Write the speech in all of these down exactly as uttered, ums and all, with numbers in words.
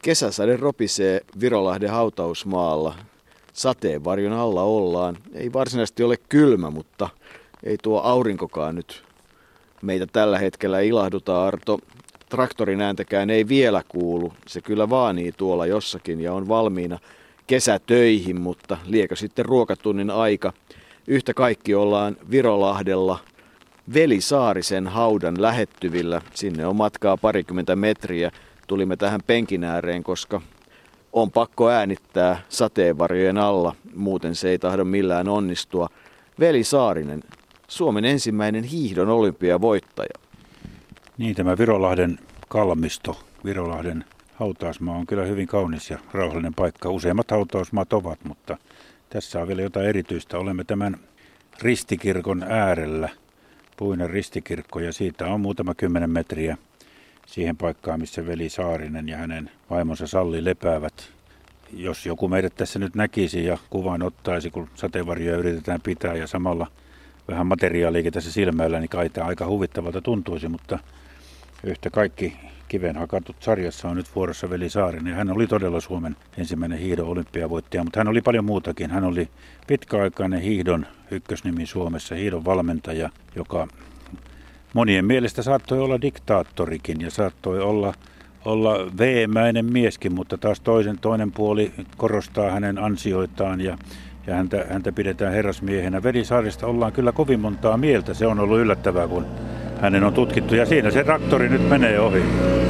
Kesäsade ropisee Virolahden hautausmaalla. Sateenvarjon alla ollaan. Ei varsinaisesti ole kylmä, mutta ei tuo aurinkokaan nyt meitä tällä hetkellä ilahduta, Arto. Traktorin ääntäkään ei vielä kuulu. Se kyllä vaanii tuolla jossakin ja on valmiina kesätöihin, mutta liekö sitten ruokatunnin aika. Yhtä kaikki ollaan Virolahdella Veli Saarisen haudan lähettyvillä. Sinne on matkaa parikymmentä metriä. Tulimme tähän penkin ääreen, koska on pakko äänittää sateenvarjojen alla. Muuten se ei tahdo millään onnistua. Veli Saarinen, Suomen ensimmäinen hiihdon olympiavoittaja. Niin, tämä Virolahden kalmisto, Virolahden hautausmaa on kyllä hyvin kaunis ja rauhallinen paikka. Useimmat hautausmaat ovat, mutta tässä on vielä jotain erityistä. Olemme tämän ristikirkon äärellä, puinen ristikirkko, ja siitä on muutama kymmenen metriä siihen paikkaan, missä Veli Saarinen ja hänen vaimonsa Salli lepäävät. Jos joku meidät tässä nyt näkisi ja kuvan ottaisi, kun sateenvarjoja yritetään pitää ja samalla vähän materiaaliakin tässä silmällä, niin kai tämä aika huvittavalta tuntuisi, mutta yhtä kaikki kiven hakatut sarjassa on nyt vuorossa Veli Saarinen. Hän oli todella Suomen ensimmäinen hiihdon olympiavoittaja, mutta hän oli paljon muutakin. Hän oli pitkäaikainen hiihdon ykkösnimi Suomessa, hiihdon valmentaja, joka monien mielestä saattoi olla diktaattorikin ja saattoi olla, olla veemäinen mieskin, mutta taas toisen, toinen puoli korostaa hänen ansioitaan ja Ja häntä, häntä pidetään herrasmiehenä. Veli Saarista ollaan kyllä kovin montaa mieltä. Se on ollut yllättävää, kun hänen on tutkittu. Ja siinä se traktori nyt menee ohi.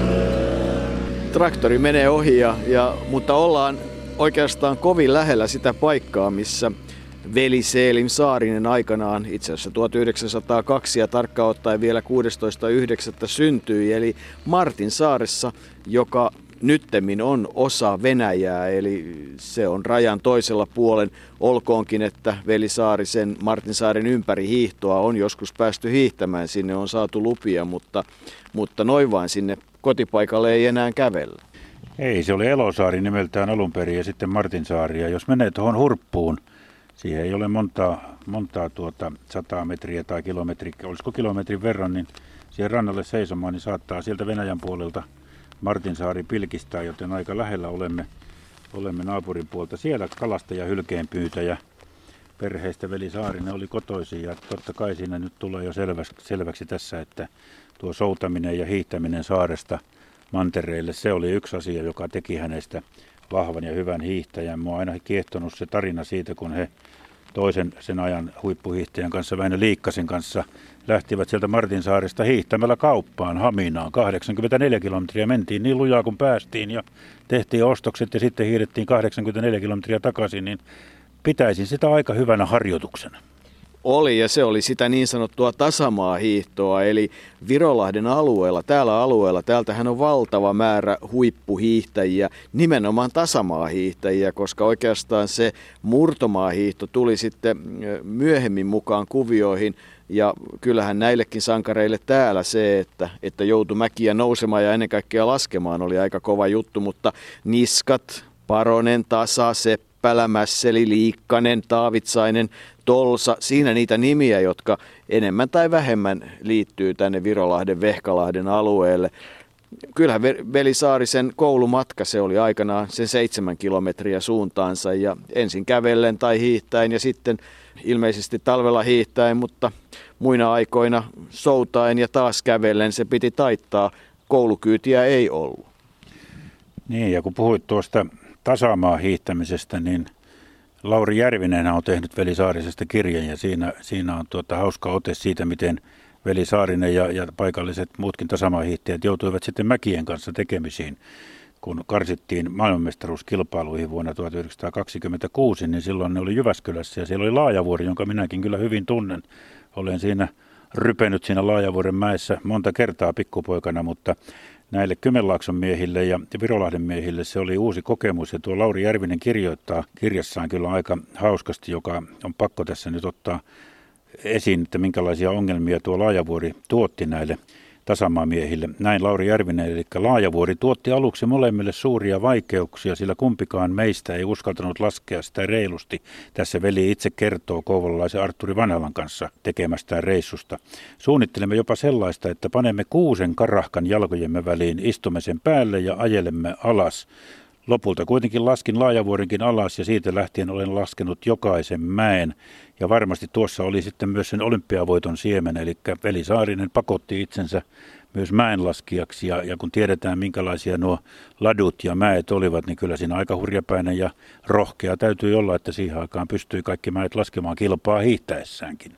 Traktori menee ohi, ja, ja, mutta ollaan oikeastaan kovin lähellä sitä paikkaa, missä Veli Selim Saarinen aikanaan, itse asiassa tuhatyhdeksänsataakaksi ja tarkkaan ottaen vielä kuudestoista yhdeksättä syntyi. Eli Martinsaaressa, joka nyttemmin on osa Venäjää, eli se on rajan toisella puolen. Olkoonkin, että Veli Saarisen Martinsaaren ympäri hiihtoa on joskus päästy hiihtämään. Sinne on saatu lupia, mutta, mutta noin vain sinne kotipaikalle ei enää kävellä. Ei, se oli Elosaari nimeltään alun perin ja sitten Martinsaari. Ja jos menee tuohon Hurppuun, siihen ei ole montaa, montaa tuota sataa metriä tai kilometriä, olisiko kilometrin verran, niin siihen rannalle seisomaan, niin saattaa sieltä Venäjän puolelta Martinsaari pilkistää, joten aika lähellä olemme, olemme naapurin puolta. Siellä kalastaja hylkeenpyytäjä perheestä Veli Saarinen oli kotoisin, ja totta kai siinä nyt tulee jo selväksi, selväksi tässä, että tuo soutaminen ja hiihtäminen saaresta mantereille, se oli yksi asia, joka teki hänestä vahvan ja hyvän hiihtäjän. Mua on aina kiehtonut se tarina siitä, kun he toisen sen ajan huippuhiihtäjän kanssa, Väinö Liikkasen kanssa, lähtivät sieltä Martinsaaresta hiihtämällä kauppaan Haminaan. kahdeksankymmentäneljä kilometriä mentiin niin lujaa kuin päästiin ja tehtiin ostokset ja sitten hiihdettiin kahdeksankymmentäneljä kilometriä takaisin, niin pitäisin sitä aika hyvänä harjoituksena. Oli, ja se oli sitä niin sanottua tasamaahiihtoa, eli Virolahden alueella, täällä alueella, täältähän on valtava määrä huippuhiihtäjiä, nimenomaan tasamaahiihtäjiä, koska oikeastaan se murtomaahiihto tuli sitten myöhemmin mukaan kuvioihin, ja kyllähän näillekin sankareille täällä se, että, että joutui mäkiä nousemaan ja ennen kaikkea laskemaan, oli aika kova juttu, mutta Niskat, Paronen, Tasa, Seppälä, Mässeli, Liikkanen, Taavitsainen, Tolsa, siinä niitä nimiä, jotka enemmän tai vähemmän liittyy tänne Virolahden, Vehkalahden alueelle. Kyllähän Veli Saarisen koulumatka, se oli aikanaan sen seitsemän kilometriä suuntaansa ja ensin kävellen tai hiihtäen ja sitten ilmeisesti talvella hiihtäen, mutta muina aikoina soutaen ja taas kävellen se piti taittaa. Koulukyytiä ei ollut. Niin, ja kun puhuit tuosta tasamaa hiihtämisestä, niin Lauri Järvinen on tehnyt Veli Saarisesta kirjan ja siinä, siinä on tuota hauska ote siitä, miten Veli Saarinen ja, ja paikalliset muutkin tasamaahiihtäjät joutuivat sitten mäkien kanssa tekemisiin. Kun karsittiin maailmanmestaruuskilpailuihin vuonna tuhatyhdeksänsataakaksikymmentäkuusi, niin silloin ne oli Jyväskylässä ja siellä oli Laajavuori, jonka minäkin kyllä hyvin tunnen. Olen siinä rypenyt siinä Laajavuoren mäessä monta kertaa pikkupoikana, mutta näille Kymenlaakson miehille ja Virolahden miehille se oli uusi kokemus. Ja tuo Lauri Järvinen kirjoittaa kirjassaan kyllä aika hauskasti, joka on pakko tässä nyt ottaa esiin, että minkälaisia ongelmia tuo Laajavuori tuotti näille tasamaamiehille. Näin Lauri Järvinen, eli Laajavuori tuotti aluksi molemmille suuria vaikeuksia, sillä kumpikaan meistä ei uskaltanut laskea sitä reilusti. Tässä veli itse kertoo kouvolalaisen Artturi Vanhalan kanssa tekemästään reissusta. Suunnittelemme jopa sellaista, että panemme kuusen karahkan jalkojemme väliin, istumme sen päälle ja ajelemme alas. Lopulta kuitenkin laskin Laajavuorenkin alas ja siitä lähtien olen laskenut jokaisen mäen. Ja varmasti tuossa oli sitten myös sen olympiavoiton siemen, eli veli Saarinen pakotti itsensä myös mäenlaskijaksi. Ja, ja kun tiedetään minkälaisia nuo ladut ja mäet olivat, niin kyllä siinä aika hurjapäinen ja rohkea täytyy olla, että siihen aikaan pystyi kaikki mäet laskemaan kilpaa hiihtäessäänkin.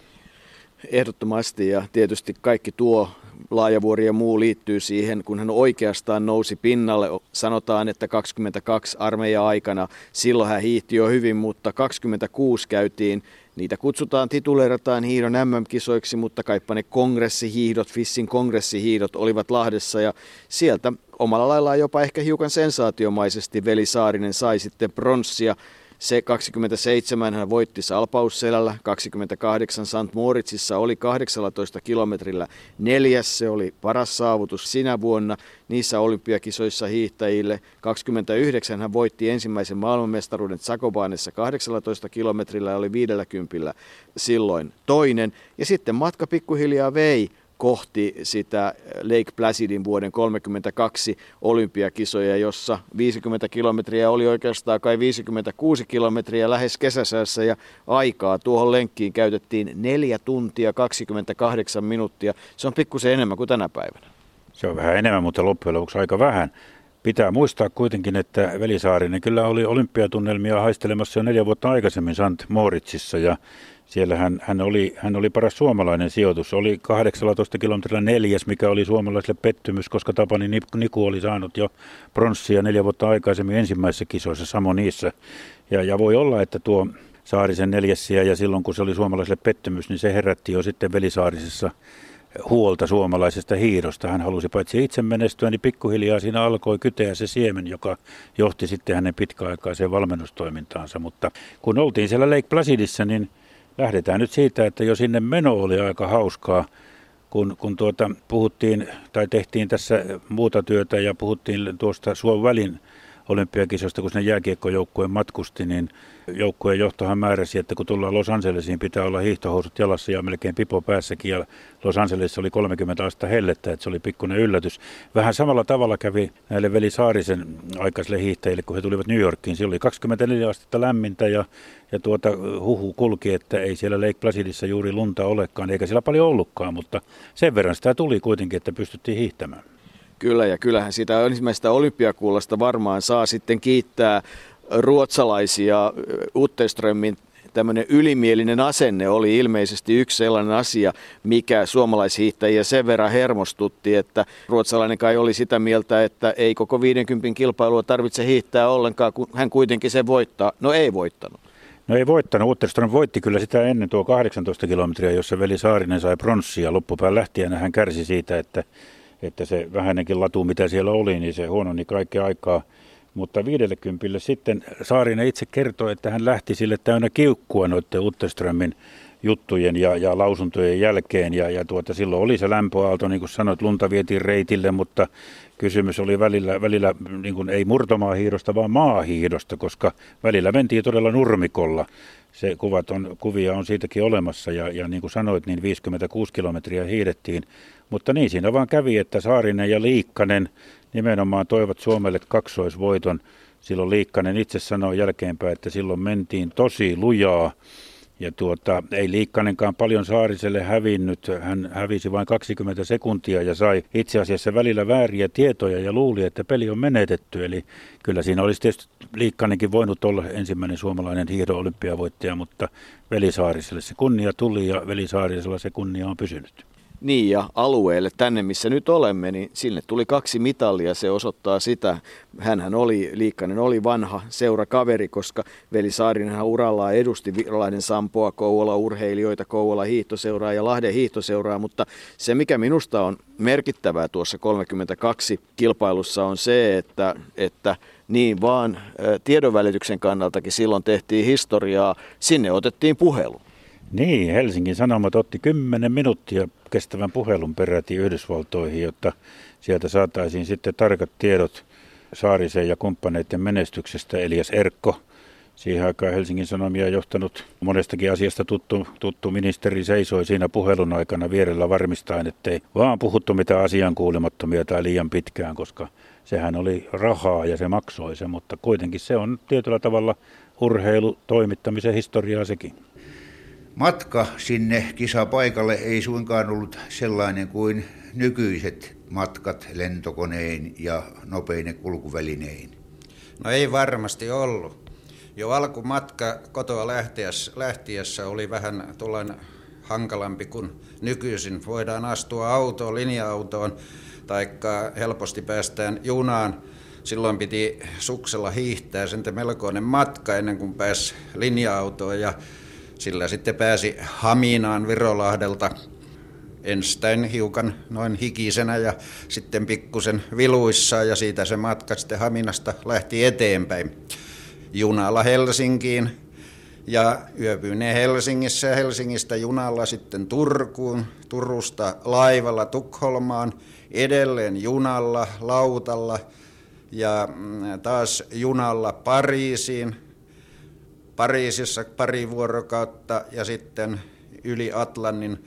Ehdottomasti, ja tietysti kaikki tuo Laajavuori ja muu liittyy siihen, kun hän oikeastaan nousi pinnalle. Sanotaan, että kaksikymmentäkaksi armeijan aikana, silloin hän hiihti jo hyvin, mutta kaksikymmentäkuusi käytiin, niitä kutsutaan, tituleerataan hiihdon M M-kisoiksi, mutta kaipa ne kongressihiihdot, Fissin kongressihiihdot olivat Lahdessa, ja sieltä omalla laillaan jopa ehkä hiukan sensaatiomaisesti veli Saarinen sai sitten pronssia. Se kaksikymmentäseitsemän hän voitti Salpausselällä, kaksikymmentäkahdeksan Sankt Moritzissa oli kahdeksallatoista kilometrillä neljäs, se oli paras saavutus sinä vuonna niissä olympiakisoissa hiihtäjille. kaksikymmentäyhdeksän hän voitti ensimmäisen maailmanmestaruuden Zakobanessa kahdeksallatoista kilometrillä ja oli viidelläkympillä silloin toinen. Ja sitten matka pikkuhiljaa vei kohti sitä Lake Placidin vuoden kolmekymmentäkaksi olympiakisoja, jossa viisikymmentä kilometriä oli oikeastaan kai viisikymmentäkuusi kilometriä lähes kesäsäässä, ja aikaa tuohon lenkkiin käytettiin neljä tuntia kaksikymmentäkahdeksan minuuttia. Se on pikkusen enemmän kuin tänä päivänä. Se on vähän enemmän, mutta loppujen lopuksi aika vähän. Pitää muistaa kuitenkin, että veli Saarinen kyllä oli olympiatunnelmia haistelemassa jo neljä vuotta aikaisemmin Sankt Moritzissa, ja siellä hän, hän, oli, hän oli paras suomalainen sijoitus. Oli kahdeksallatoista kilometrillä neljäs, mikä oli suomalaisille pettymys, koska Tapani Niku oli saanut jo pronssia neljä vuotta aikaisemmin ensimmäisissä kisoissa, samo niissä. Ja, ja voi olla, että tuo Saarisen neljässiä, ja silloin kun se oli suomalaisille pettymys, niin se herätti jo sitten veli Saarisessa huolta suomalaisesta hiihdosta. Hän halusi paitsi itse menestyä, niin pikkuhiljaa siinä alkoi kyteä se siemen, joka johti sitten hänen pitkäaikaiseen valmennustoimintaansa. Mutta kun oltiin siellä Lake Placidissa, niin lähdetään nyt siitä, että jo sinne meno oli aika hauskaa, kun, kun tuota, puhuttiin tai tehtiin tässä muuta työtä ja puhuttiin tuosta Suomen välin olympiakisoista, kun sinne jääkiekkojoukkueen matkusti, niin joukkueen johtohan määräsi, että kun tullaan Los Angelesiin, pitää olla hiihtohousut jalassa ja melkein pipo päässäkin, ja Los Angelesissa oli kolmekymmentä astetta hellettä, että se oli pikkuinen yllätys. Vähän samalla tavalla kävi näille veli Saarisen aikaisille hiihtäjille, kun he tulivat New Yorkiin. Siellä oli kaksikymmentäneljä astetta lämmintä, ja, ja tuota, huhu kulki, että ei siellä Lake Placidissa juuri lunta olekaan, eikä siellä paljon ollutkaan, mutta sen verran sitä tuli kuitenkin, että pystyttiin hiihtämään. Kyllä, ja kyllähän sitä ensimmäistä olympiakullasta varmaan saa sitten kiittää ruotsalaisia. Utterströmin tämmöinen ylimielinen asenne oli ilmeisesti yksi sellainen asia, mikä suomalaishiihtäjiä sen verran hermostutti, että ruotsalainen kai oli sitä mieltä, että ei koko viidenkympin kilpailua tarvitse hiihtää ollenkaan, kun hän kuitenkin sen voittaa. No ei voittanut. No ei voittanut. Utterström voitti kyllä sitä ennen tuo kahdeksantoista kilometriä, jossa veli Saarinen sai pronssia. Loppupään lähtien hän kärsi siitä, että että se vähänenkin latu, mitä siellä oli, niin se huononi kaikkea aikaa. Mutta viidellekympille sitten Saarinen itse kertoi, että hän lähti sille täynnä kiukkua noiden Utterströmin juttujen ja, ja lausuntojen jälkeen. Ja, ja tuota, silloin oli se lämpöaalto, niin kuin sanoit, lunta vietiin reitille, mutta kysymys oli välillä, välillä niin kuin ei murtomaahiihdosta, vaan maahiihdosta, koska välillä mentiin todella nurmikolla. Se kuvat on, kuvia on siitäkin olemassa, ja, ja niin kuin sanoit, niin viisikymmentäkuusi kilometriä hiihdettiin. Mutta niin siinä vaan kävi, että Saarinen ja Liikkanen nimenomaan toivat Suomelle kaksoisvoiton. Silloin Liikkanen itse sanoi jälkeenpäin, että silloin mentiin tosi lujaa. Ja tuota, ei Liikkanenkaan paljon Saariselle hävinnyt. Hän hävisi vain kaksikymmentä sekuntia ja sai itse asiassa välillä vääriä tietoja ja luuli, että peli on menetetty. Eli kyllä siinä olisi tietysti Liikkanenkin voinut olla ensimmäinen suomalainen hiihdon olympiavoittaja, mutta veli Saariselle se kunnia tuli ja veli Saarisella se kunnia on pysynyt. Niin, ja alueelle tänne, missä nyt olemme, niin sinne tuli kaksi mitalia. Se osoittaa sitä. Hänhän oli, Liikkanen oli vanha seurakaveri, koska veli Saarinenhan urallaan edusti Virolahden Sampoa, Kouvola urheilijoita, Kouvola hiihtoseuraa ja Lahden hiihtoseuraa. Mutta se, mikä minusta on merkittävää tuossa kolmekymmentäkaksi kilpailussa, on se, että, että niin vaan tiedonvälityksen kannaltakin silloin tehtiin historiaa. Sinne otettiin puhelu. Niin, Helsingin Sanomat otti kymmenen minuuttia kestävän puhelun peräti Yhdysvaltoihin, jotta sieltä saataisiin sitten tarkat tiedot Saarisen ja kumppaneiden menestyksestä. Elias Erkko, siihen aikaan Helsingin Sanomia johtanut monestakin asiasta tuttu, tuttu ministeri, seisoi siinä puhelun aikana vierellä varmistaen, ettei vaan puhuttu mitään asiankuulemattomia tai liian pitkään, koska sehän oli rahaa ja se maksoi se, mutta kuitenkin se on tietyllä tavalla urheilu toimittamisen historiaa sekin. Matka sinne kisapaikalle ei suinkaan ollut sellainen kuin nykyiset matkat lentokonein ja nopeine kulkuvälinein. No ei varmasti ollut. Jo alkumatka kotoa lähtiessä, lähtiessä oli vähän tuollainen hankalampi kuin nykyisin. Voidaan astua autoon, linja-autoon, taikka helposti päästään junaan. Silloin piti suksella hiihtää sen melkoinen matka ennen kuin pääsi linja-autoon ja sillä sitten pääsi Haminaan Virolahdelta. Ensin hiukan noin hikisenä ja sitten pikkusen viluissaan ja siitä se matka sitten Haminasta lähti eteenpäin. Junalla Helsinkiin ja yöpyineen Helsingissä ja Helsingistä junalla sitten Turkuun, Turusta laivalla Tukholmaan, edelleen junalla, lautalla ja taas junalla Pariisiin, Pariisissa pari vuorokautta ja sitten yli Atlantin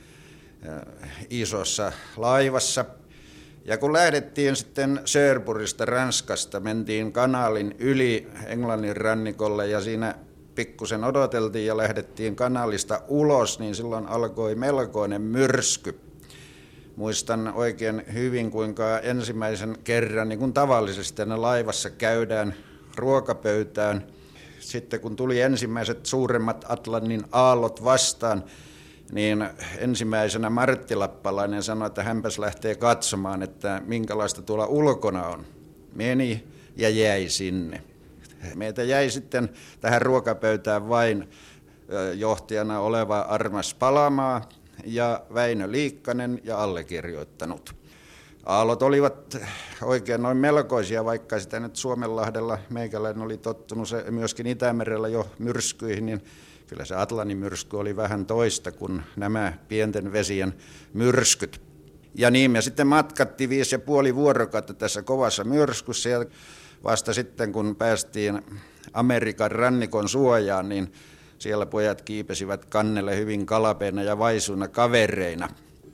isossa laivassa. Ja kun lähdettiin sitten Sörburista Ranskasta, mentiin kanaalin yli Englannin rannikolle ja siinä pikkusen odoteltiin ja lähdettiin kanaalista ulos, niin silloin alkoi melkoinen myrsky. Muistan oikein hyvin, kuinka ensimmäisen kerran, niin kuin tavallisesti aina laivassa käydään ruokapöytään. Sitten kun tuli ensimmäiset suuremmat Atlantin aallot vastaan, niin ensimmäisenä Martti Lappalainen sanoi, että hänpäs lähtee katsomaan, että minkälaista tuolla ulkona on. Meni ja jäi sinne. Meitä jäi sitten tähän ruokapöytään vain johtajana oleva Armas Palamaa ja Väinö Liikkanen ja allekirjoittanut. Aallot olivat oikein noin melkoisia, vaikka sitä nyt Suomenlahdella meikäläinen oli tottunut se myöskin Itämerellä jo myrskyihin, niin kyllä se Atlantin myrsky oli vähän toista kuin nämä pienten vesien myrskyt. Ja niin me sitten matkattiin viisi ja puoli vuorokautta tässä kovassa myrskyssä ja vasta sitten kun päästiin Amerikan rannikon suojaan, niin siellä pojat kiipesivät kannelle hyvin kalapeina ja vaisuina kavereina.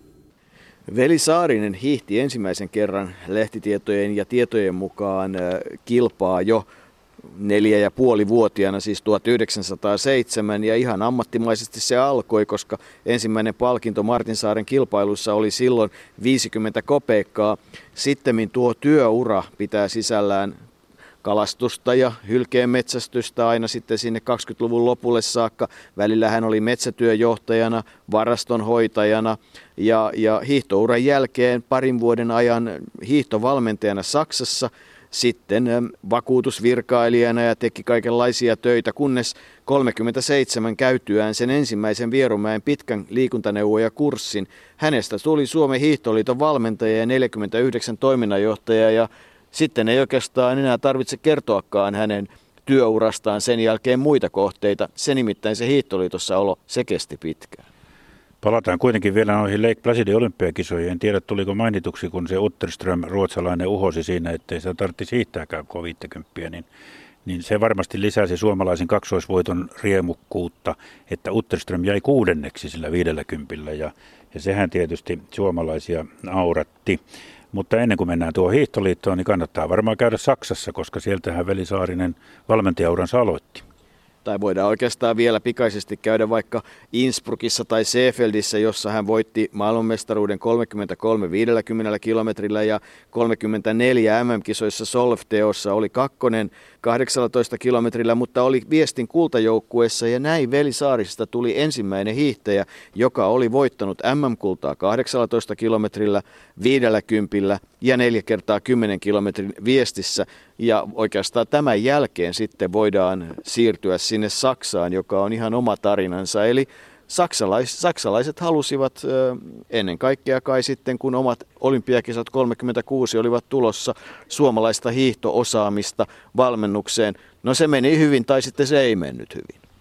Veli Saarinen hiihti ensimmäisen kerran lehtitietojen ja tietojen mukaan kilpaa jo neljä ja puoli vuotiaana, siis tuhatyhdeksänsataaseitsemän, ja ihan ammattimaisesti se alkoi, koska ensimmäinen palkinto Martinsaaren kilpailussa oli silloin viisikymmentä kopeekkaa. Sittemmin tuo työura pitää sisällään kalastusta ja hylkeenmetsästystä aina sitten sinne kaksikymmentäluvun lopulle saakka. Välillä hän oli metsätyöjohtajana, varastonhoitajana ja, ja hiihtouran jälkeen parin vuoden ajan hiihtovalmentajana Saksassa. Sitten vakuutusvirkailijana ja teki kaikenlaisia töitä, kunnes kolmekymmentäseitsemän käytyään sen ensimmäisen Vierumäen pitkän liikuntaneuvojakurssin. Hänestä tuli Suomen hiihtoliiton valmentaja ja neljäkymmentäyhdeksän toiminnanjohtaja ja sitten ei oikeastaan enää tarvitse kertoakaan hänen työurastaan sen jälkeen muita kohteita. Se nimittäin se hiihtoliitossa olo, se kesti pitkään. Palataan kuitenkin vielä noihin Lake Placidin olympiakisoihin. En tiedä, tuliko mainituksi, kun se Utterström, ruotsalainen, uhosi siinä, ettei se tarvitsisi hiihtääkään viisikymmentä, niin, niin se varmasti lisäsi suomalaisen kaksoisvoiton riemukkuutta, että Utterström jäi kuudenneksi sillä viidelläkympillä, ja, ja sehän tietysti suomalaisia nauratti. Mutta ennen kuin mennään tuohon hiihtoliittoon, niin kannattaa varmaan käydä Saksassa, koska sieltähän Veli Saarinen valmentajauransa aloitti. Tai voidaan oikeastaan vielä pikaisesti käydä vaikka Innsbruckissa tai Seefeldissä, jossa hän voitti maailmanmestaruuden kolmekymmentäkolme viidelläkymmenellä kilometrillä ja kolmekymmentäneljä M M-kisoissa Solfteossa oli kakkonen kahdeksallatoista kilometrillä, mutta oli viestin kultajoukkueessa ja näin Veli Saarisesta tuli ensimmäinen hiihtäjä, joka oli voittanut M M-kultaa kahdeksallatoista kilometrillä, viidelläkympillä ja neljä kertaa kymmenen kilometrin viestissä. Ja oikeastaan tämän jälkeen sitten voidaan siirtyä sinne Saksaan, joka on ihan oma tarinansa. Eli saksalais, saksalaiset halusivat ö, ennen kaikkea kai sitten, kun omat olympiakisat kolmekymmentäkuusi olivat tulossa, suomalaista hiihto-osaamista valmennukseen. No se meni hyvin tai sitten se ei mennyt hyvin.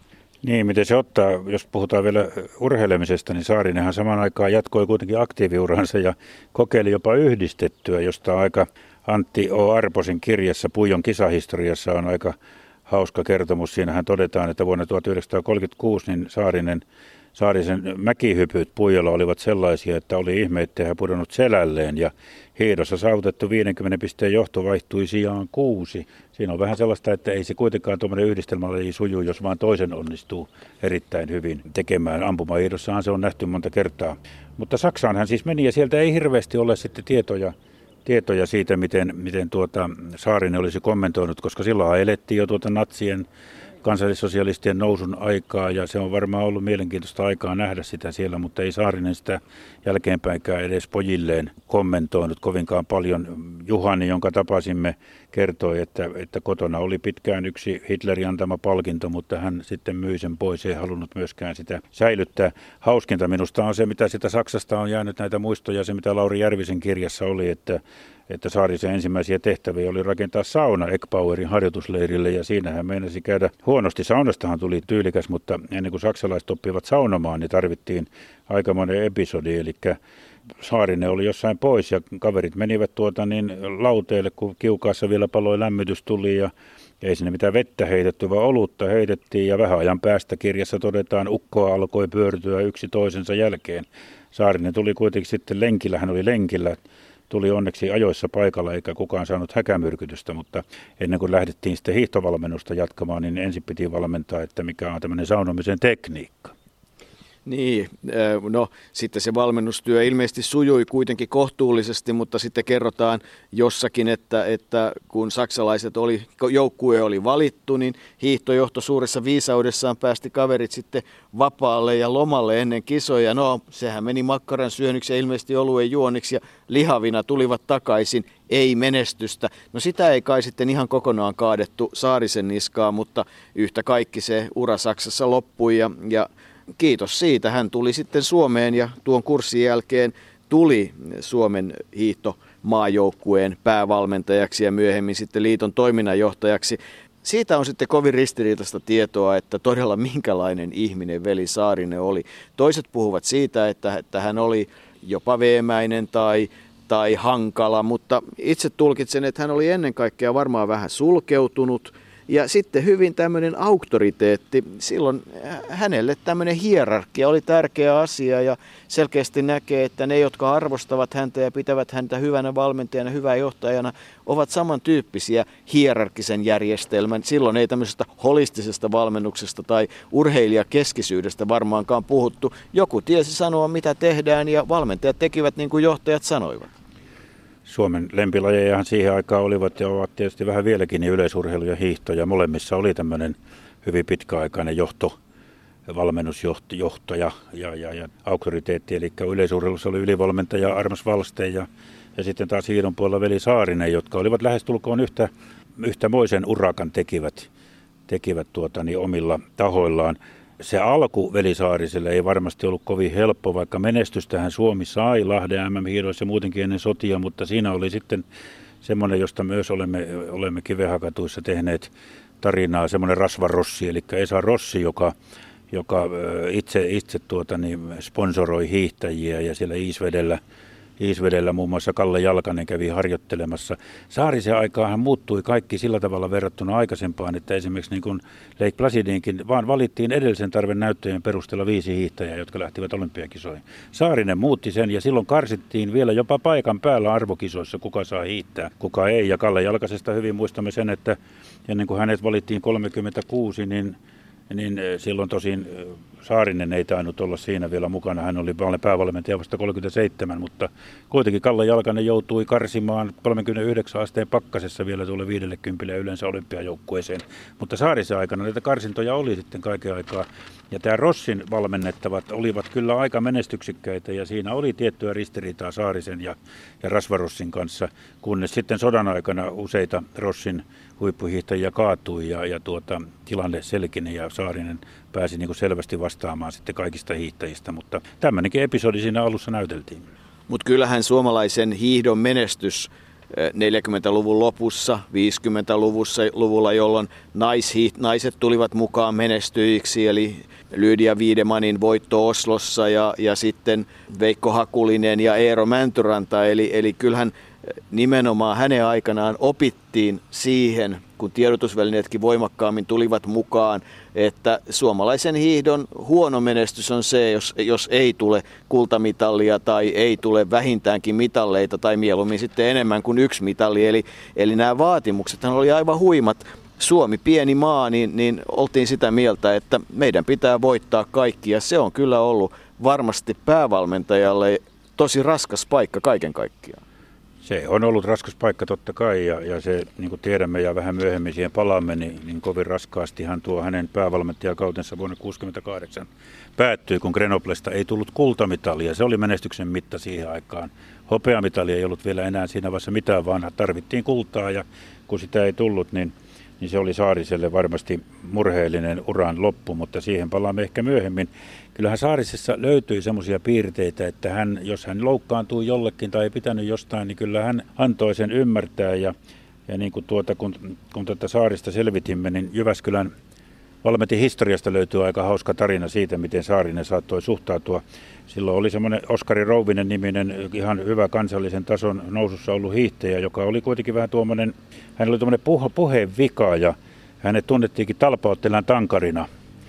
Niin, miten se ottaa, jos puhutaan vielä urheilemisesta, niin Saarinenhan samaan aikaan jatkoi kuitenkin aktiiviuransa ja kokeili jopa yhdistettyä, josta aika Antti O. Arposen kirjassa Puijon kisahistoriassa on aika hauska kertomus. Siinähän todetaan, että vuonna tuhatyhdeksänsataakolmekymmentäkuusi niin Saarinen, Saarisen mäkihypyt Puijolla olivat sellaisia, että oli ihme, että hän pudonnut selälleen ja hiidossa saavutettu viidenkymmenen pisteen johto vaihtui sijaan kuusi. Siinä on vähän sellaista, että ei se kuitenkaan tuommoinen yhdistelmälaji suju, jos vaan toisen onnistuu erittäin hyvin tekemään. Ampumahiidossahan se on nähty monta kertaa. Mutta Saksaan hän siis meni ja sieltä ei hirveästi ole sitten tietoja, tietoja siitä, miten, miten tuota Saarinen olisi kommentoinut, koska silloin elettiin jo tuota natsien kansallissosialistien nousun aikaa ja se on varmaan ollut mielenkiintoista aikaa nähdä sitä siellä, mutta ei Saarinen sitä jälkeenpäinkään edes pojilleen kommentoinut kovinkaan paljon. Juhani, jonka tapasimme, kertoi, että, että kotona oli pitkään yksi Hitlerin antama palkinto, mutta hän sitten myi sen pois, ei halunnut myöskään sitä säilyttää. Hauskinta minusta on se, mitä sitä Saksasta on jäänyt näitä muistoja, se mitä Lauri Järvisen kirjassa oli, että että Saarisen ensimmäisiä tehtäviä oli rakentaa sauna Eckbauerin harjoitusleirille ja siinä hän meinasi käydä huonosti. Saunastahan tuli tyylikäs, mutta ennen kuin saksalaiset oppivat saunomaan, niin tarvittiin aikamoinen episodi, eli Saarinen oli jossain pois ja kaverit menivät tuota niin lauteelle, kun kiukaassa vielä paloi lämmitys tuli ja ei sinne mitään vettä heitetty, vaan olutta heitettiin ja vähän ajan päästä kirjassa todetaan, ukkoa alkoi pyörtyä yksi toisensa jälkeen. Saarinen tuli kuitenkin sitten lenkillä, hän oli lenkillä. Tuli onneksi ajoissa paikalla eikä kukaan saanut häkämyrkytystä, mutta ennen kuin lähdettiin sitten hiihtovalmennusta jatkamaan, niin ensin piti valmentaa, että mikä on tämmöinen saunomisen tekniikka. Niin, no sitten se valmennustyö ilmeisesti sujui kuitenkin kohtuullisesti, mutta sitten kerrotaan jossakin, että, että kun saksalaiset oli, joukkue oli valittu, niin hiihtojohto suuressa viisaudessaan päästi kaverit sitten vapaalle ja lomalle ennen kisoja. No, sehän meni makkaran syönniksi ja ilmeisesti oluen juoniksi ja lihavina tulivat takaisin, ei menestystä. No sitä ei kai sitten ihan kokonaan kaadettu Saarisen niskaa, mutta yhtä kaikki se ura Saksassa loppui ja, ja kiitos siitä. Hän tuli sitten Suomeen ja tuon kurssin jälkeen tuli Suomen hiihtomaajoukkueen päävalmentajaksi ja myöhemmin sitten liiton toiminnanjohtajaksi. Siitä on sitten kovin ristiriitaista tietoa, että todella minkälainen ihminen veli Saarinen oli. Toiset puhuvat siitä, että, että hän oli jopa veemäinen tai, tai hankala, mutta itse tulkitsen, että hän oli ennen kaikkea varmaan vähän sulkeutunut. Ja sitten hyvin tämmöinen auktoriteetti, silloin hänelle tämmöinen hierarkia oli tärkeä asia ja selkeästi näkee, että ne, jotka arvostavat häntä ja pitävät häntä hyvänä valmentajana, hyvänä johtajana, ovat samantyyppisiä hierarkisen järjestelmän. Silloin ei tämmöisestä holistisesta valmennuksesta tai urheilijakeskisyydestä varmaankaan puhuttu. Joku tiesi sanoa, mitä tehdään ja valmentajat tekivät niin kuin johtajat sanoivat. Suomen lempilajejahan siihen aikaan olivat ja ovat tietysti vähän vieläkin niin yleisurheilu ja hiihto. Ja molemmissa oli tämmöinen hyvin pitkäaikainen johto, valmennusjohto ja, ja, ja, ja auktoriteetti. Eli yleisurheilussa oli ylivalmentaja Armas Valsteen ja, ja sitten taas hiidon puolella veli Saarinen, jotka olivat lähestulkoon yhtä, yhtämoisen urakan tekivät, tekivät tuota, niin omilla tahoillaan. Se alku veli Saariselle ei varmasti ollut kovin helppo, vaikka menestystähän Suomi sai Lahden M M-hiidoissa muutenkin ennen sotia, mutta siinä oli sitten semmoinen, josta myös olemme, olemme kivehakatuissa tehneet tarinaa, semmoinen Rasva Rossi, eli Esa Rossi, joka, joka itse, itse tuota, niin sponsoroi hiihtäjiä ja siellä Iisvedellä, Iisvedellä muun muassa Kalle Jalkanen kävi harjoittelemassa. Saarisen aikaan muuttui kaikki sillä tavalla verrattuna aikaisempaan, että esimerkiksi niin kuin Lake Placidinkin vaan valittiin edellisen tarven näyttöjen perusteella viisi hiihtäjää, jotka lähtivät olympiakisoihin. Saarinen muutti sen ja silloin karsittiin vielä jopa paikan päällä arvokisoissa, kuka saa hiihtää, kuka ei. Ja Kalle Jalkasesta hyvin muistamme sen, että ennen kuin hänet valittiin kolmekymmentäkuusi, niin niin silloin tosin Saarinen ei tainnut olla siinä vielä mukana. Hän oli päävalmentaja vasta kolmekymmentäseitsemän, mutta kuitenkin Kalle Jalkanen joutui karsimaan kolmekymmentäyhdeksän asteen pakkasessa vielä tuolle viisikymmentä yleensä olympiajoukkueeseen. Mutta Saarisen aikana näitä karsintoja oli sitten kaiken aikaa. Ja tämä Rossin valmennettavat olivat kyllä aika menestyksikkäitä ja siinä oli tiettyä ristiriitaa Saarisen ja, ja Rasvarossin kanssa, kunnes sitten sodan aikana useita Rossin huippuhiihtäjiä kaatui ja, ja tuota, tilanne selkini ja Saarinen pääsi niin kuin selvästi vastaamaan sitten kaikista hiihtäjistä, mutta tämmöinenkin episodi siinä alussa näyteltiin. Mutta kyllähän suomalaisen hiihdon menestys neljäkymmentäluvun lopussa, viisikymmentäluvussa, luvulla, jolloin naishiiht, naiset tulivat mukaan menestyjiksi, eli Lydia Wiedemanin voitto Oslossa ja, ja sitten Veikko Hakulinen ja Eero Mäntyranta, eli, eli kyllähän nimenomaan hänen aikanaan opittiin siihen, kun tiedotusvälineetkin voimakkaammin tulivat mukaan, että suomalaisen hiihdon huono menestys on se, jos, jos ei tule kultamitalia tai ei tule vähintäänkin mitalleita tai mieluummin sitten enemmän kuin yksi mitali. Eli, eli nämä vaatimuksethan oli aivan huimat. Suomi, pieni maa, niin, niin oltiin sitä mieltä, että meidän pitää voittaa kaikki ja se on kyllä ollut varmasti päävalmentajalle tosi raskas paikka kaiken kaikkiaan. Se on ollut raskas paikka totta kai ja, ja se, niin kuin tiedämme ja vähän myöhemmin siihen palaamme, niin, niin kovin raskaastihan tuo hänen päävalmentajakautensa vuonna tuhatyhdeksänsataakuusikymmentäkahdeksan päättyi, kun Grenoblesta ei tullut kultamitalia. Se oli menestyksen mitta siihen aikaan. Hopeamitalia ei ollut vielä enää siinä vaiheessa mitään, vaan tarvittiin kultaa ja kun sitä ei tullut, niin, niin se oli Saariselle varmasti murheellinen uran loppu, mutta siihen palaamme ehkä myöhemmin. Kyllähän Saarisessa löytyi semmoisia piirteitä, että hän, jos hän loukkaantui jollekin tai ei pitänyt jostain, niin kyllä hän antoi sen ymmärtää. Ja, ja niin kuin tuota, kun, kun tätä Saarista selvitimme, niin Jyväskylän valmentin historiasta löytyy aika hauska tarina siitä, miten Saarinen saattoi suhtautua. Silloin oli semmoinen Oskari Rouvinen niminen ihan hyvä kansallisen tason nousussa ollut hiihtäjä, joka oli kuitenkin vähän tuommoinen, hän oli tuommoinen puhe, puheen vika ja hänet tunnettiinkin talpauttelan tankarina.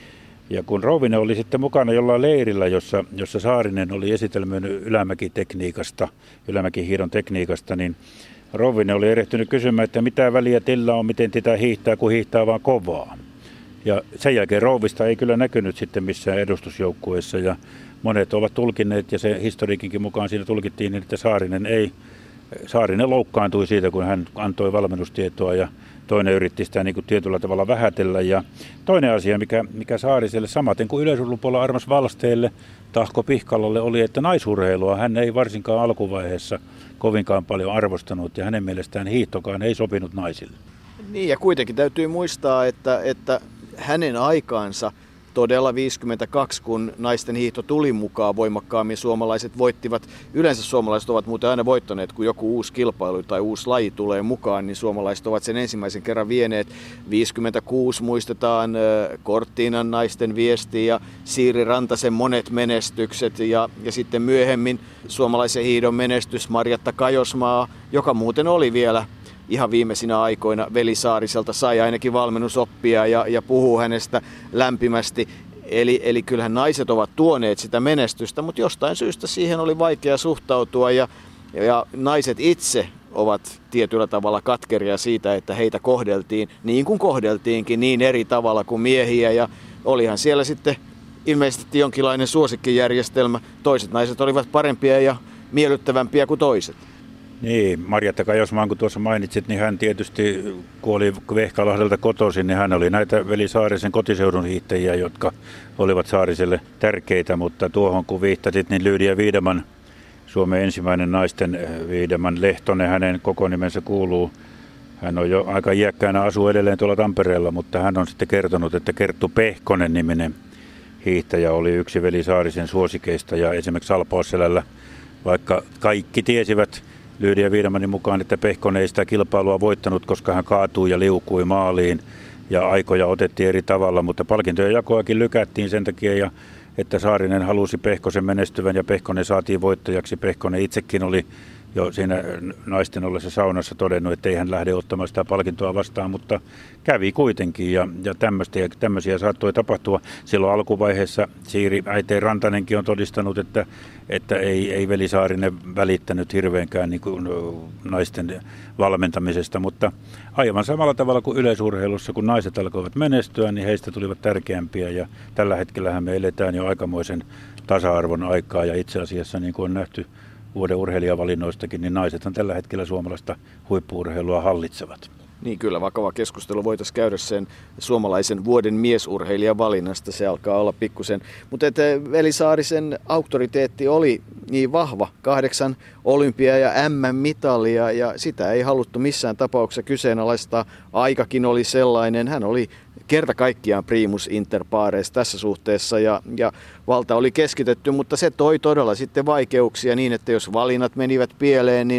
Ja kun Rouvinen oli sitten mukana jollain leirillä, jossa, jossa Saarinen oli esitelmöinyt ylämäkitekniikasta, ylämäkihiidon tekniikasta, niin Rouvinen oli erehtynyt kysymään, että mitä väliä tillä on, miten tätä hiihtää, kun hiihtää vaan kovaa. Ja sen jälkeen Rouvista ei kyllä näkynyt sitten missään edustusjoukkueessa ja monet ovat tulkineet ja se historiikinkin mukaan siinä tulkittiin, että Saarinen ei, Saarinen loukkaantui siitä, kun hän antoi valmennustietoa ja toinen yritti sitä niin kuin tietyllä tavalla vähätellä. Ja toinen asia, mikä, mikä Saariselle samaten kuin yleisurheilupuolella Armas Valsteelle, Tahko Pihkalalle oli, että naisurheilua hän ei varsinkaan alkuvaiheessa kovinkaan paljon arvostanut ja hänen mielestään hiihtokaan ei sopinut naisille. Niin ja kuitenkin täytyy muistaa, että, että hänen aikaansa todella viisikymmentäkaksi, kun naisten hiihto tuli mukaan voimakkaammin, suomalaiset voittivat. Yleensä suomalaiset ovat muuten aina voittaneet, kun joku uusi kilpailu tai uusi laji tulee mukaan, niin suomalaiset ovat sen ensimmäisen kerran vieneet. viisikymmentäkuusi muistetaan Cortinan naisten viesti ja Siiri Rantasen monet menestykset ja, ja sitten myöhemmin suomalaisen hiihdon menestys Marjatta Kajosmaa, joka muuten oli vielä ihan viimeisinä aikoina Veli Saariselta, sai ainakin valmennusoppia ja, ja puhuu hänestä lämpimästi. Eli, eli kyllähän naiset ovat tuoneet sitä menestystä, mutta jostain syystä siihen oli vaikea suhtautua ja, ja naiset itse ovat tietyllä tavalla katkeria siitä, että heitä kohdeltiin niin kuin kohdeltiinkin niin eri tavalla kuin miehiä ja olihan siellä sitten ilmeisesti jonkinlainen suosikkijärjestelmä. Toiset naiset olivat parempia ja miellyttävämpiä kuin toiset. Niin, Marjatta Kajosmaan, kun tuossa mainitsit, niin hän tietysti, kun oli Vehkalahdelta kotoisin, niin hän oli näitä Veli Saarisen kotiseudun hiihtäjiä, jotka olivat Saariselle tärkeitä, mutta tuohon kun viittasit, niin Lydia Wiedeman, Suomen ensimmäinen naisten Wiedeman Lehtonen, hänen koko nimensä kuuluu. Hän on jo aika iäkkäänä, asuu edelleen tuolla Tampereella, mutta hän on sitten kertonut, että Kerttu Pehkonen niminen hiihtäjä oli yksi Veli Saarisen suosikeista ja esimerkiksi Salpausselällä, vaikka kaikki tiesivät Lydia Wiedemanin mukaan, että Pehkonen ei sitä kilpailua voittanut, koska hän kaatui ja liukui maaliin ja aikoja otettiin eri tavalla, mutta palkintojen jakoakin lykättiin sen takia, ja, että Saarinen halusi Pehkosen menestyvän ja Pehkonen saatiin voittajaksi. Pehkonen itsekin oli jo siinä naisten ollessa saunassa todennut, että ei hän lähde ottamaan sitä palkintoa vastaan, mutta kävi kuitenkin ja, ja tämmöisiä saattoi tapahtua. Silloin alkuvaiheessa Siiri äiteen Rantanenkin on todistanut, että, että ei, ei Veli Saarinen välittänyt hirveänkään niin kuin naisten valmentamisesta, mutta aivan samalla tavalla kuin yleisurheilussa, kun naiset alkoivat menestyä, niin heistä tulivat tärkeämpiä ja tällä hetkellähän me eletään jo aikamoisen tasa-arvon aikaa ja itse asiassa niin kuin on nähty vuoden urheilijavalinnoistakin, niin naisethan tällä hetkellä suomalaista huippu-urheilua hallitsevat. Niin kyllä, vakava keskustelu voitaisiin käydä sen suomalaisen vuoden miesurheilijan valinnasta, se alkaa olla pikkusen. Mutta Veli Saarisen auktoriteetti oli niin vahva, kahdeksan olympia- ja äm äm-mitalia ja sitä ei haluttu missään tapauksessa kyseenalaistaa. Aikakin oli sellainen, hän oli kerta kaikkiaan primus inter pares tässä suhteessa ja, ja valta oli keskitetty, mutta se toi todella sitten vaikeuksia niin, että jos valinnat menivät pieleen, niin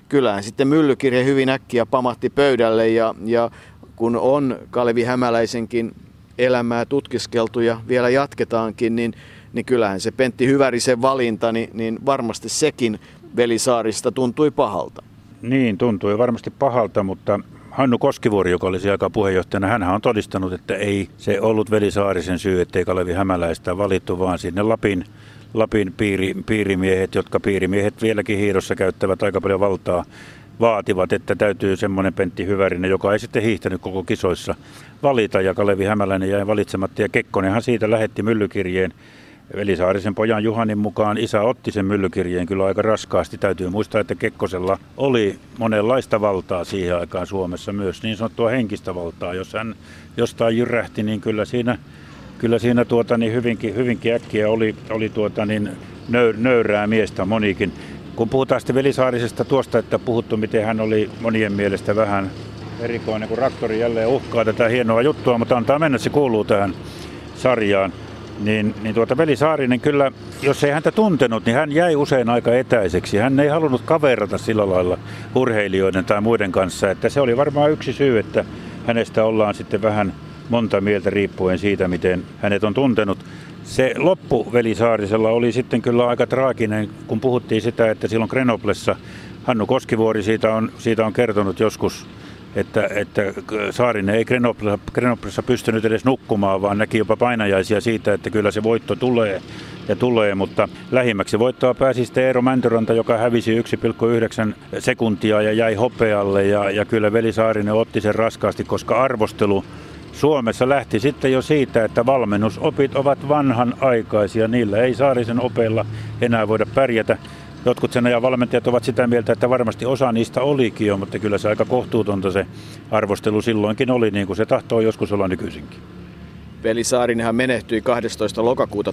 kyllähän sitten Myllykirje hyvin äkkiä pamahti pöydälle ja, ja kun on Kalevi Hämäläisenkin elämää tutkiskeltu ja vielä jatketaankin, niin, niin kyllähän se Pentti Hyvärisen valinta, niin, niin varmasti sekin Velisaarista tuntui pahalta. Niin, tuntui varmasti pahalta, mutta Hannu Koskivuori, joka oli aikaa puheenjohtajana, hänhän on todistanut, että ei se ollut Velisaarisen syy, ettei Kalevi Hämäläistä valittu, vaan sinne Lapin, Lapin piiri, piirimiehet, jotka piirimiehet vieläkin hiidossa käyttävät aika paljon valtaa, vaativat, että täytyy semmoinen Pentti Hyvärinen, joka ei sitten hiihtänyt koko kisoissa, valita, ja Kalevi Hämäläinen jäi valitsematta, ja Kekkonenhan siitä lähetti Myllykirjeen. Velisaarisen pojan Juhanin mukaan isä otti sen Myllykirjeen kyllä aika raskaasti. Täytyy muistaa, että Kekkosella oli monenlaista valtaa siihen aikaan Suomessa, myös niin sanottua henkistä valtaa. Jos hän jostain jyrähti, niin kyllä siinä, kyllä siinä tuota, niin hyvinkin, hyvinkin äkkiä oli, oli tuota, niin nö, nöyrää miestä monikin. Kun puhutaan sitten Velisaarisesta tuosta, että puhuttu, miten hän oli monien mielestä vähän erikoinen, kun Raktori jälleen uhkaa tätä hienoa juttua, mutta antaa mennä, se kuuluu tähän sarjaan. Niin, niin tuota Veli Saarinen kyllä, jos ei häntä tuntenut, niin hän jäi usein aika etäiseksi. Hän ei halunnut kaverata sillä lailla urheilijoiden tai muiden kanssa. Että se oli varmaan yksi syy, että hänestä ollaan sitten vähän monta mieltä riippuen siitä, miten hänet on tuntenut. Se loppu Veli Saarisella oli sitten kyllä aika traaginen, kun puhuttiin sitä, että silloin Grenoblessa Hannu Koskivuori siitä on, siitä on kertonut joskus, Että, että Saarinen ei Grenoblessa, Grenoblessa pystynyt edes nukkumaan, vaan näki jopa painajaisia siitä, että kyllä se voitto tulee ja tulee, mutta lähimmäksi voittoa pääsi sitten Eero Mäntyranta, joka hävisi yksi pilkku yhdeksän sekuntia ja jäi hopealle, ja, ja kyllä Veli Saarinen otti sen raskaasti, koska arvostelu Suomessa lähti sitten jo siitä, että valmennusopit ovat vanhanaikaisia, niillä ei Saarisen opeilla enää voida pärjätä. Jotkut sen ajan valmentajat ovat sitä mieltä, että varmasti osa niistä olikin jo, mutta kyllä se aika kohtuutonta se arvostelu silloinkin oli, niin kuin se tahtoo joskus olla nykyisinkin. Veli Saarinenhan menehtyi kahdestoista lokakuuta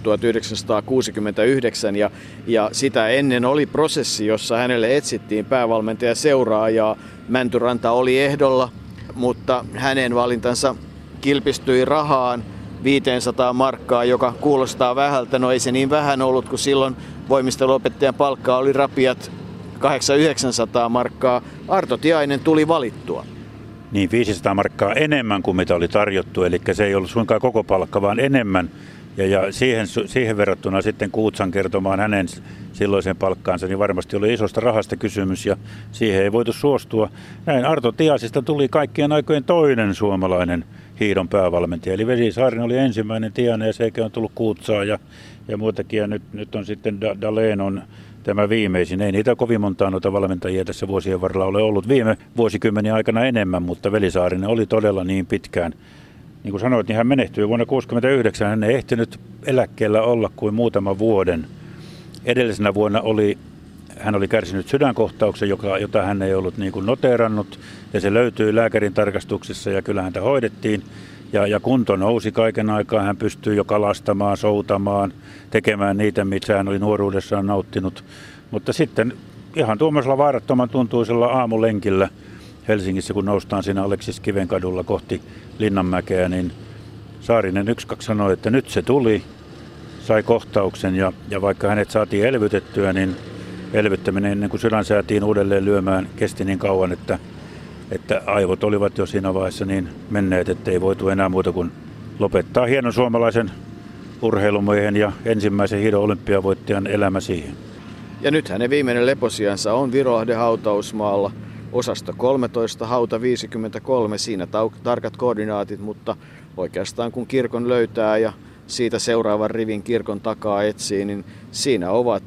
tuhatyhdeksänsataakuusikymmentäyhdeksän ja, ja sitä ennen oli prosessi, jossa hänelle etsittiin päävalmentaja seuraajaa. Mäntyranta oli ehdolla, mutta hänen valintansa kilpistyi rahaan viisisataa markkaa, joka kuulostaa vähältä. No ei se niin vähän ollut, kun silloin voimisteluopettajan palkka oli rapiat kahdeksansataa yhdeksänsataa markkaa. Arto Tiainen tuli valittua. Niin, viisisataa markkaa enemmän kuin mitä oli tarjottu, eli se ei ollut suinkaan koko palkka, vaan enemmän. Ja, ja siihen, siihen verrattuna sitten Kuutsan kertomaan hänen silloisen palkkaansa, niin varmasti oli isosta rahasta kysymys, ja siihen ei voitu suostua. Näin Arto Tiaisista tuli kaikkien aikojen toinen suomalainen hiidon päävalmentaja. Eli Veli Saarinen oli ensimmäinen, Tiainen ja sekin on tullut Kuutsaa ja, ja muutakin. Ja nyt, nyt on sitten Dahlén on tämä viimeisin. Ei niitä kovin montaa noita valmentajia tässä vuosien varrella ole ollut viime vuosikymmeniä aikana enemmän, mutta Veli Saarinen oli todella niin pitkään. Niin kuin sanoit, niin hän menehtyi vuonna tuhatyhdeksänsataakuusikymmentäyhdeksän. Hän ei ehtinyt eläkkeellä olla kuin muutaman vuoden. Edellisenä vuonna oli, hän oli kärsinyt sydänkohtauksen, joka, jota hän ei ollut niin kuin noteerannut. Ja se löytyi lääkärin tarkastuksessa ja kyllä häntä hoidettiin. Ja, ja kunto nousi kaiken aikaa. Hän pystyi jo kalastamaan, soutamaan, tekemään niitä, mitä hän oli nuoruudessaan nauttinut. Mutta sitten ihan tuommoisella vaarattoman tuntuisella aamulenkillä Helsingissä, kun noustaan siinä Aleksis Kivenkadulla kohti Linnanmäkeä, niin Saarinen yksi kaksi sanoi, että nyt se tuli, sai kohtauksen ja, ja vaikka hänet saatiin elvytettyä, niin elvyttäminen ennen kuin sydän saatiin uudelleen lyömään kesti niin kauan, että, että aivot olivat jo siinä vaiheessa niin menneet, että ei voitu enää muuta kuin lopettaa hienon suomalaisen urheilumiehen ja ensimmäisen hiidon olympiavoittajan elämä siihen. Ja nyt hänen viimeinen leposiansa on Virolahden hautausmaalla. Osasto kolmetoista, hauta viisikymmentäkolme, siinä tau- tarkat koordinaatit, mutta oikeastaan kun kirkon löytää ja siitä seuraavan rivin kirkon takaa etsii, niin siinä ovat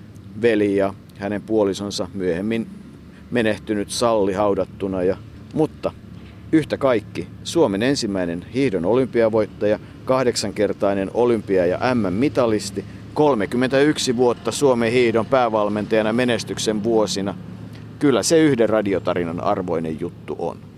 veli ja hänen puolisonsa myöhemmin menehtynyt Salli haudattuna. Ja, mutta yhtä kaikki Suomen ensimmäinen hiihdon olympiavoittaja, kahdeksankertainen olympia- ja äm äm-mitalisti, kolmekymmentäyksi vuotta Suomen hiihdon päävalmentajana menestyksen vuosina. Kyllä se yhden radiotarinan arvoinen juttu on.